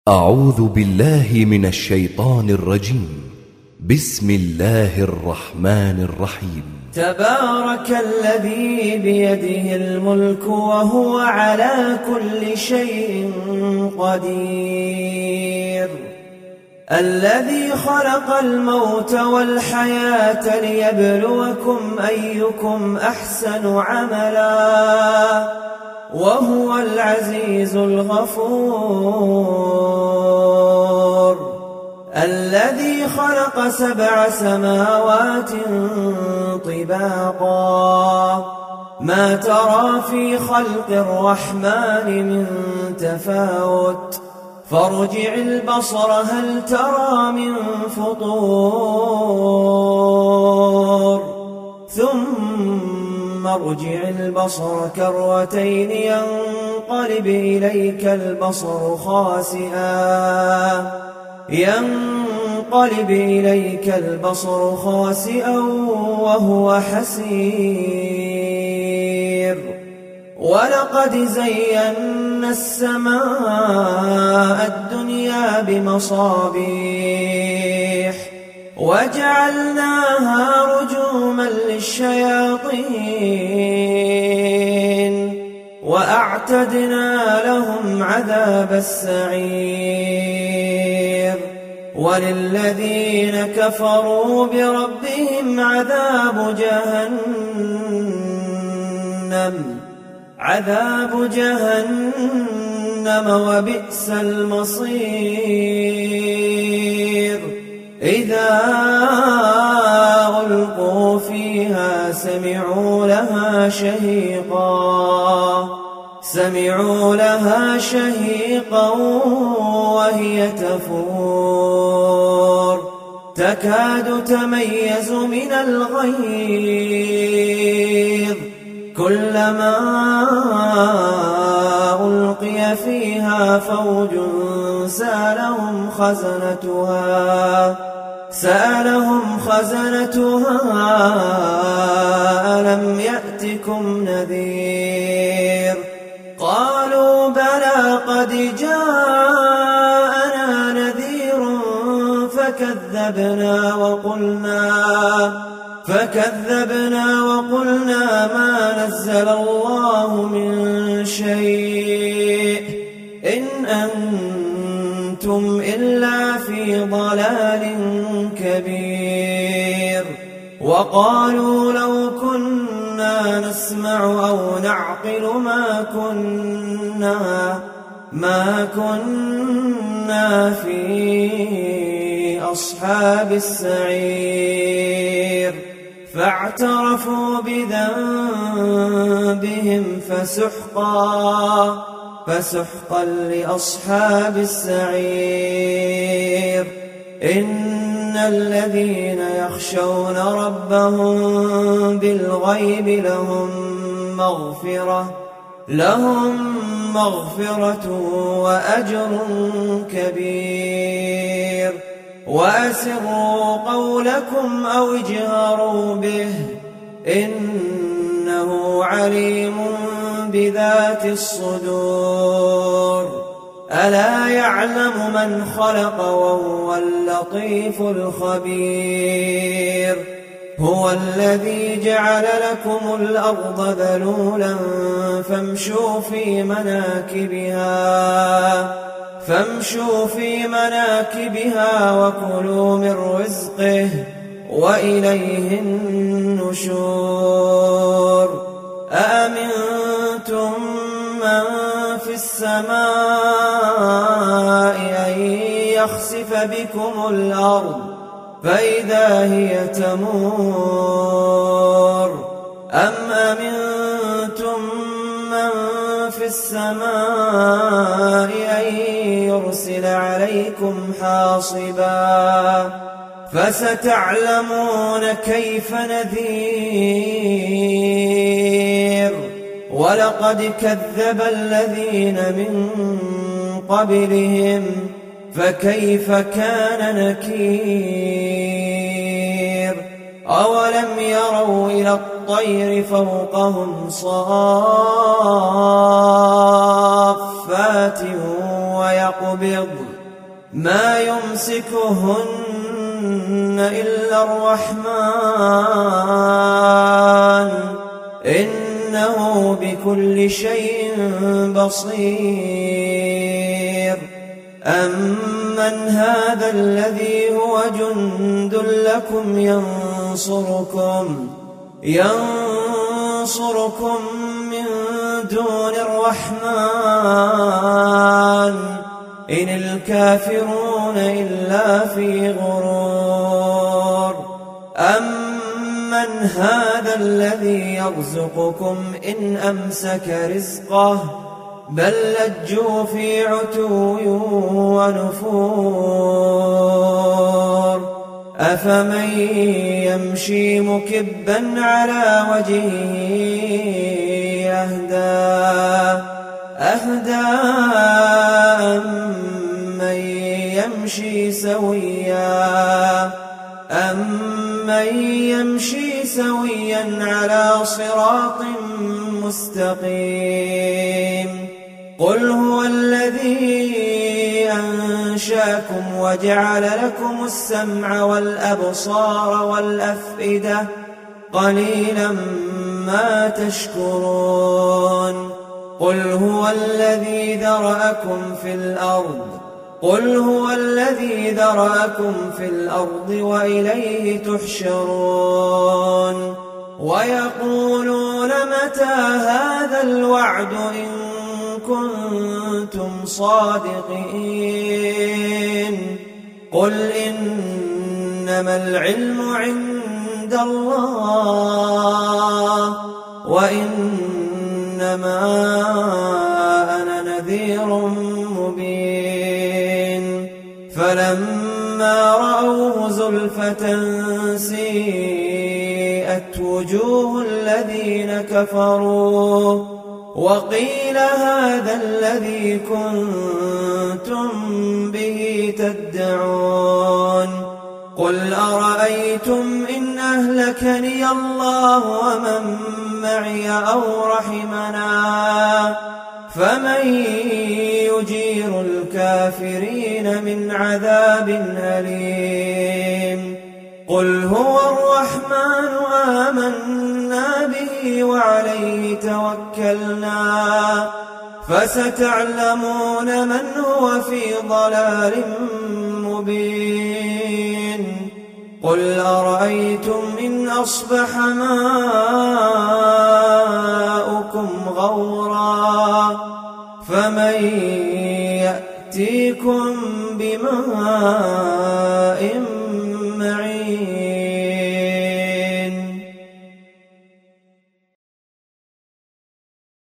أعوذ بالله من الشيطان الرجيم. بسم الله الرحمن الرحيم. تبارك الذي بيده الملك وهو على كل شيء قدير، الذي خلق الموت والحياة ليبلوكم أيكم أحسن عملا وهو العزيز الغفور، الذي خلق 7 سماوات طباقا ما ترى في خلق الرحمن من تفاوت فارجع البصر هل ترى من فطور ثم ارجع البصر كرتين ينقلب إليك البصر خاسئا وهو حسير. ولقد زينا السماء الدنيا بمصابيح وجعلناها رجوما للشياطين وأعتدنا لهم عذاب السعير. وللذين كفروا بربهم عذاب جهنم وبئس المصير. إذا ألقوا فيها سمعوا لها شهيقا وهي تفور تكاد تميز من الغيظ كلما ألقي فيها فوج سألهم خزنتها ألم يأتكم نذير؟ قالوا بلى قد جاءنا نذير فكذبنا وقلنا ما نزل الله من شيء إن أنتم إلا في ضلال كبير. وقالوا لو كنا نسمع أو نعقل ما كنا في أصحاب السعير. فاعترفوا بذنبهم فسحقا لأصحاب السعير. إن الذين يخشون ربهم بالغيب لهم مغفرة وأجر كبير. وأسروا قولكم أو اجهروا به إنه عليم بذات الصدور. ألا يعلم من خلق وهو اللطيف الخبير. هو الذي جعل لكم الأرض ذلولا فامشوا في مناكبها وكلوا من رزقه وإليه النشور. أأمنتم من في السماء أن يخسف بكم الأرض فإذا هي تمور أم أمنتم من في السماء أن يرسل عليكم حاصبا فستعلمون كيف نذير. ولقد كذب الذين من قبلهم فكيف كان نكير. أولم يروا إلى الطير فوقهم صافات يقبض ما يمسكهن إلا الرحمن إنه بكل شيء بصير. أمن هذا الذي هو جند لكم ينصركم من دون الرحمن إن الكافرون إلا في غرور. أمن هذا الذي يرزقكم إن أمسك رزقه بل لجوا في عتو ونفور. أفمن يمشي مكبا على وجهه أهدى أمن يمشي سويا على صراط مستقيم. قل هو الذي أنشاكم وجعل لكم السمع والأبصار والأفئدة قليلا ما تشكرون. قل هو الذي ذرأكم في الأرض وإليه تحشرون. ويقولون متى هذا الوعد إن كنتم صادقين. قل إنما العلم عند الله وإنما أنا نذير مبين. فلما رأوه زلفة سيئت وجوه الذين كفروا وقيل هذا الذي كنتم به تدعون. قل أرأيتم إن أهلكني الله ومن معي أو رحمنا فمن يجير الكافرين من عذاب أليم. قل هو الرحمن آمنا به وعليه توكلنا فستعلمون من هو في ضلال مبين. قل أرأيتم إن أصبح ماؤكم غورا فمن يأتيكم بماء